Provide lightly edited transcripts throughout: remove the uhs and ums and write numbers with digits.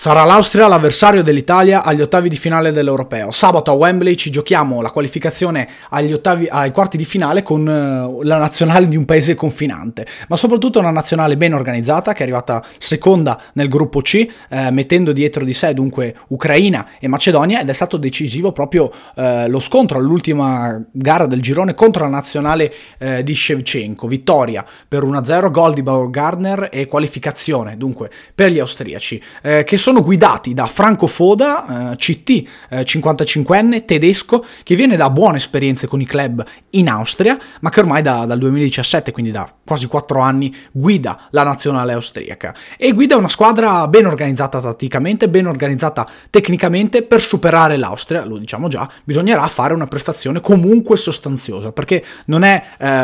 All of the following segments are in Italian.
Sarà l'Austria l'avversario dell'Italia agli ottavi di finale dell'Europeo. Sabato a Wembley ci giochiamo la qualificazione ai quarti di finale con la nazionale di un paese confinante, ma soprattutto una nazionale ben organizzata che è arrivata seconda nel gruppo C, mettendo dietro di sé dunque Ucraina e Macedonia, ed è stato decisivo proprio lo scontro all'ultima gara del girone contro la nazionale di Shevchenko. Vittoria per 1-0, gol di Baumgartner e qualificazione dunque per gli austriaci, che sono guidati da Franco Foda, CT 55enne tedesco, che viene da buone esperienze con i club in Austria, ma che ormai dal 2017, quindi da quasi 4 anni, guida la nazionale austriaca e guida una squadra ben organizzata tatticamente, ben organizzata tecnicamente. Per superare l'Austria, lo diciamo già, bisognerà fare una prestazione comunque sostanziosa, perché non è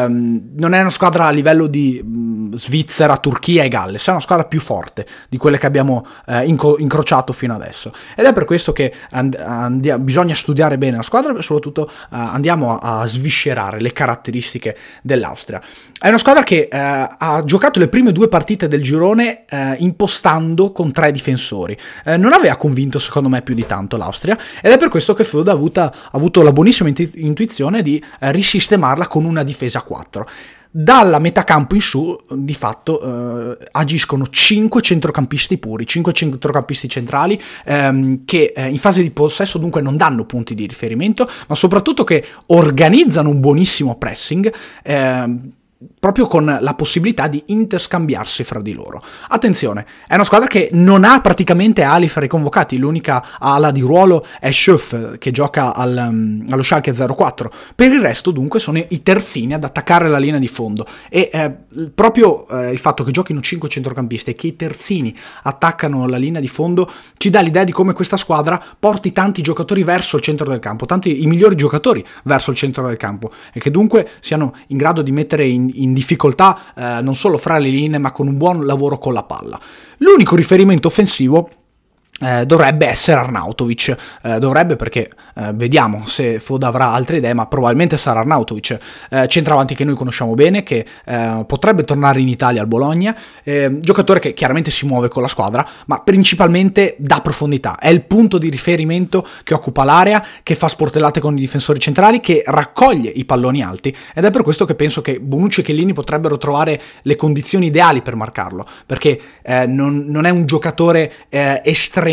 una squadra a livello di Svizzera, Turchia e Galles, è una squadra più forte di quelle che abbiamo incrociato fino adesso, ed è per questo che bisogna studiare bene la squadra e soprattutto andiamo a sviscerare le caratteristiche dell'Austria. È una squadra che ha giocato le prime 2 partite del girone impostando con 3 difensori. Non aveva convinto secondo me più di tanto l'Austria, ed è per questo che Foda ha avuto la buonissima intuizione di risistemarla con una difesa a 4. Dalla metà campo in su, di fatto, agiscono 5 centrocampisti puri, 5 centrocampisti centrali, che in fase di possesso dunque non danno punti di riferimento, ma soprattutto che organizzano un buonissimo pressing, proprio con la possibilità di interscambiarsi fra di loro. Attenzione, è una squadra che non ha praticamente ali fra i convocati, l'unica ala di ruolo è Schöff, che gioca allo Schalke 04, per il resto dunque sono i terzini ad attaccare la linea di fondo, e proprio il fatto che giochino 5 centrocampisti e che i terzini attaccano la linea di fondo ci dà l'idea di come questa squadra porti tanti giocatori verso il centro del campo, tanti i migliori giocatori verso il centro del campo, e che dunque siano in grado di mettere in difficoltà non solo fra le linee, ma con un buon lavoro con la palla. L'unico riferimento offensivo dovrebbe essere Arnautovic, perché vediamo se Foda avrà altre idee, ma probabilmente sarà Arnautovic, centravanti che noi conosciamo bene, che potrebbe tornare in Italia al Bologna, giocatore che chiaramente si muove con la squadra, ma principalmente dà profondità, è il punto di riferimento che occupa l'area, che fa sportellate con i difensori centrali, che raccoglie i palloni alti, ed è per questo che penso che Bonucci e Chiellini potrebbero trovare le condizioni ideali per marcarlo, perché non è un giocatore estremamente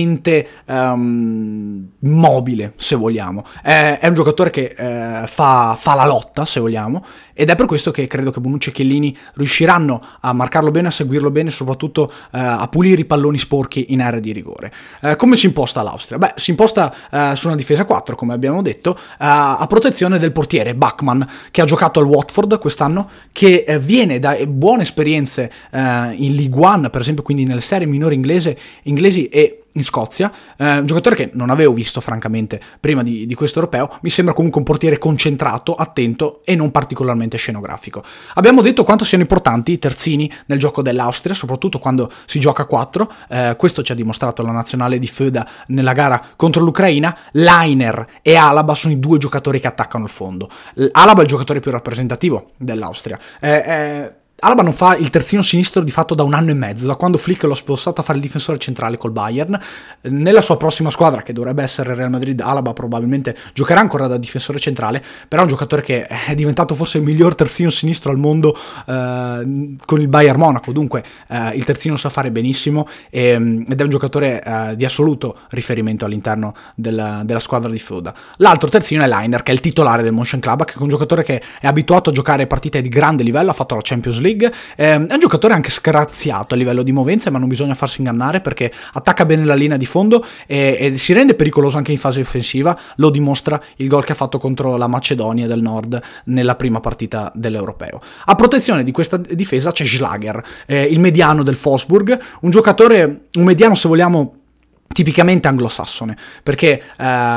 mobile, se vogliamo, è un giocatore che fa la lotta, se vogliamo, ed è per questo che credo che Bonucci e Chiellini riusciranno a marcarlo bene, a seguirlo bene, e soprattutto a pulire i palloni sporchi in area di rigore. Come si imposta l'Austria? Beh, si imposta su una difesa 4, come abbiamo detto, a protezione del portiere Bachmann, che ha giocato al Watford quest'anno, che viene da buone esperienze in Ligue 1, per esempio, quindi nelle serie minori inglesi e in Scozia, un giocatore che non avevo visto francamente prima di questo europeo. Mi sembra comunque un portiere concentrato, attento e non particolarmente scenografico. Abbiamo detto quanto siano importanti i terzini nel gioco dell'Austria, soprattutto quando si gioca a 4, questo ci ha dimostrato la nazionale di Foda nella gara contro l'Ucraina. Leiner e Alaba sono i 2 giocatori che attaccano il fondo. Alaba è il giocatore più rappresentativo dell'Austria, Alaba non fa il terzino sinistro di fatto da 1 anno e mezzo, da quando Flick l'ha spostato a fare il difensore centrale col Bayern. Nella sua prossima squadra, che dovrebbe essere Real Madrid, Alaba probabilmente giocherà ancora da difensore centrale, però è un giocatore che è diventato forse il miglior terzino sinistro al mondo con il Bayern Monaco, dunque il terzino lo sa fare benissimo, ed è un giocatore di assoluto riferimento all'interno della squadra di Foda. L'altro terzino è Leiner, che è il titolare del Mönchengladbach, che è un giocatore che è abituato a giocare partite di grande livello, ha fatto la Champions League. È un giocatore anche sgraziato a livello di movenze, ma non bisogna farsi ingannare, perché attacca bene la linea di fondo e si rende pericoloso anche in fase offensiva. Lo dimostra il gol che ha fatto contro la Macedonia del Nord nella prima partita dell'Europeo. A protezione di questa difesa c'è Schlager, il mediano del Wolfsburg, un mediano, se vogliamo, tipicamente anglosassone, perché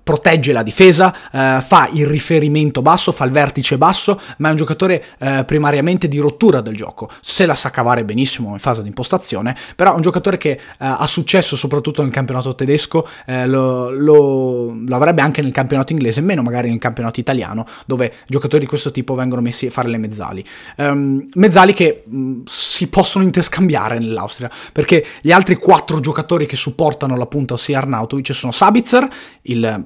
protegge la difesa, fa il riferimento basso, fa il vertice basso, ma è un giocatore primariamente di rottura del gioco. Se la sa cavare benissimo in fase di impostazione, però è un giocatore che ha successo soprattutto nel campionato tedesco, lo avrebbe anche nel campionato inglese, meno magari nel campionato italiano, dove giocatori di questo tipo vengono messi a fare le mezzali. Mezzali che si possono interscambiare nell'Austria, perché gli altri 4 giocatori che supportano la punta, ossia Arnautovic, sono Sabitzer, il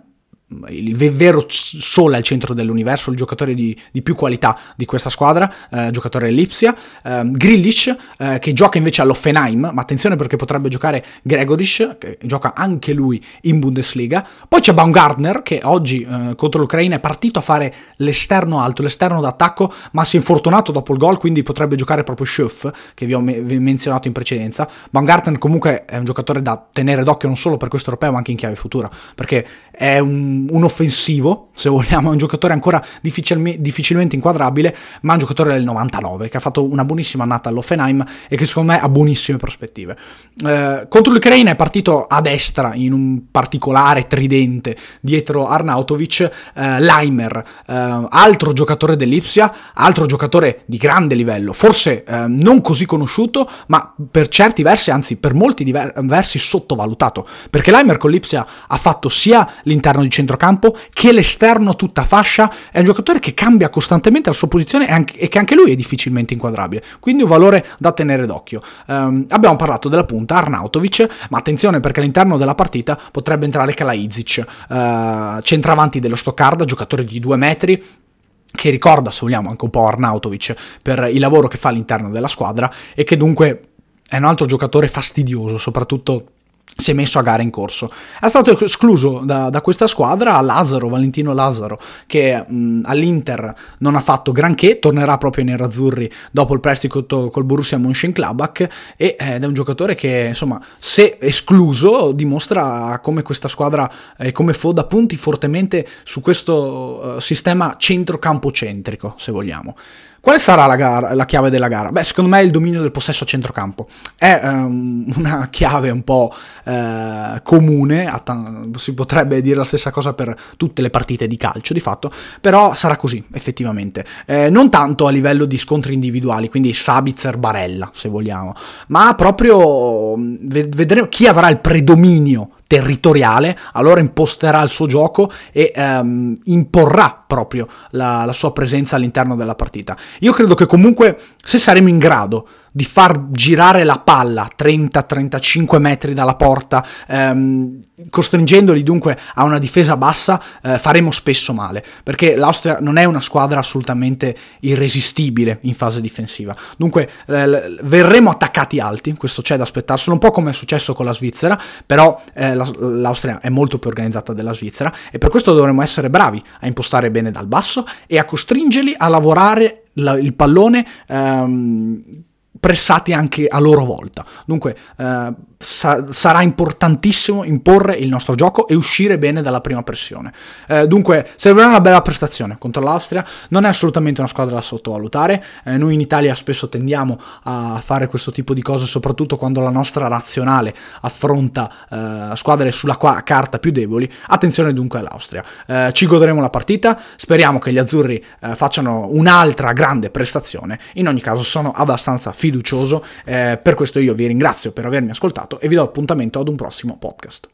vero sole al centro dell'universo, il giocatore di più qualità di questa squadra, giocatore dell'Ipsia, Grilic, che gioca invece all'Hoffenheim, ma attenzione perché potrebbe giocare Gregoric, che gioca anche lui in Bundesliga. Poi c'è Baumgartner, che oggi contro l'Ucraina è partito a fare l'esterno alto, l'esterno d'attacco, ma si è infortunato dopo il gol, quindi potrebbe giocare proprio Schöpf, che vi ho menzionato in precedenza. Baumgartner comunque è un giocatore da tenere d'occhio non solo per questo europeo, ma anche in chiave futura, perché è un offensivo, se vogliamo, è un giocatore ancora difficilmente inquadrabile, ma un giocatore del 99 che ha fatto una buonissima annata all'Hoffenheim e che secondo me ha buonissime prospettive. Contro l'Ucraina è partito a destra in un particolare tridente dietro Arnautovic, Laimer, altro giocatore dell'Ipsia, altro giocatore di grande livello, forse non così conosciuto, ma per certi versi, anzi per molti versi sottovalutato, perché Laimer con l'Ipsia ha fatto sia l'interno di centrocampo che l'esterno tutta fascia. È un giocatore che cambia costantemente la sua posizione e che anche lui è difficilmente inquadrabile, quindi un valore da tenere d'occhio. Abbiamo parlato della punta Arnautovic, ma attenzione perché all'interno della partita potrebbe entrare Kalajdzic, centravanti dello Stoccarda, giocatore di 2 metri, che ricorda, se vogliamo, anche un po' Arnautovic per il lavoro che fa all'interno della squadra, e che dunque è un altro giocatore fastidioso, soprattutto si è messo a gara in corso. È stato escluso da questa squadra Valentino Lazzaro, che all'Inter non ha fatto granché, tornerà proprio nei nerazzurri dopo il prestito col Borussia Mönchengladbach, ed è un giocatore che, insomma, se escluso dimostra come questa squadra come Foda punti fortemente su questo sistema centrocampo-centrico, se vogliamo. Quale sarà la chiave della gara? Beh, secondo me è il dominio del possesso a centrocampo. È una chiave un po' comune, si potrebbe dire la stessa cosa per tutte le partite di calcio di fatto, però sarà così effettivamente. Non tanto a livello di scontri individuali, quindi Sabitzer, Barella se vogliamo, ma proprio vedremo chi avrà il predominio territoriale, allora imposterà il suo gioco e imporrà proprio la sua presenza all'interno della partita. Io credo che comunque, se saremo in grado di far girare la palla 30-35 metri dalla porta, costringendoli dunque a una difesa bassa, faremo spesso male, perché l'Austria non è una squadra assolutamente irresistibile in fase difensiva. Dunque verremo attaccati alti, questo c'è da aspettarselo, un po' come è successo con la Svizzera, però l'Austria è molto più organizzata della Svizzera, e per questo dovremo essere bravi a impostare bene dal basso e a costringerli a lavorare il pallone pressati anche a loro volta. Dunque sarà importantissimo imporre il nostro gioco e uscire bene dalla prima pressione. Dunque servirà una bella prestazione contro l'Austria. Non è assolutamente una squadra da sottovalutare. Noi in Italia spesso tendiamo a fare questo tipo di cose, soprattutto quando la nostra nazionale affronta squadre sulla carta più deboli. Attenzione dunque all'Austria. Ci goderemo la partita, speriamo che gli azzurri facciano un'altra grande prestazione. In ogni caso sono abbastanza fiducioso, per questo io vi ringrazio per avermi ascoltato e vi do appuntamento ad un prossimo podcast.